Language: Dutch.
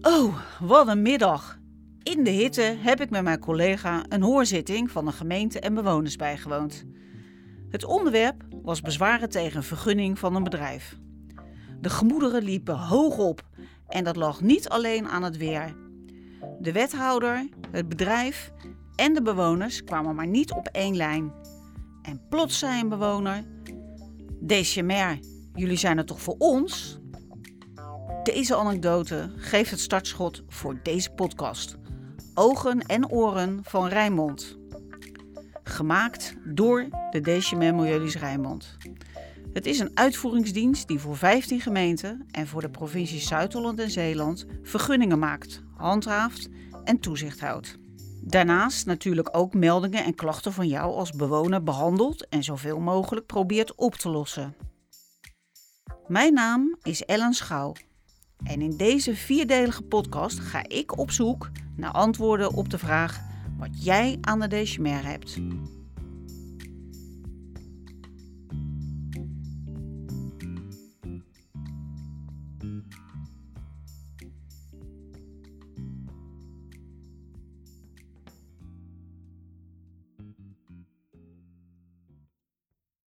Oh, wat een middag! In de hitte heb ik met mijn collega een hoorzitting van de gemeente en bewoners bijgewoond. Het onderwerp was bezwaren tegen een vergunning van een bedrijf. De gemoederen liepen hoog op en dat lag niet alleen aan het weer. De wethouder, het bedrijf en de bewoners kwamen maar niet op één lijn. En plots zei een bewoner: DCMR, jullie zijn er toch voor ons? Deze anekdote geeft het startschot voor deze podcast. Ogen en oren van Rijnmond. Gemaakt door de DCMR Milieudienst Rijnmond. Het is een uitvoeringsdienst die voor 15 gemeenten en voor de provincies Zuid-Holland en Zeeland vergunningen maakt, handhaaft en toezicht houdt. Daarnaast natuurlijk ook meldingen en klachten van jou als bewoner behandelt en zoveel mogelijk probeert op te lossen. Mijn naam is Ellen Schouw. En in deze 4-delige podcast ga ik op zoek naar antwoorden op de vraag wat jij aan de DCMR hebt.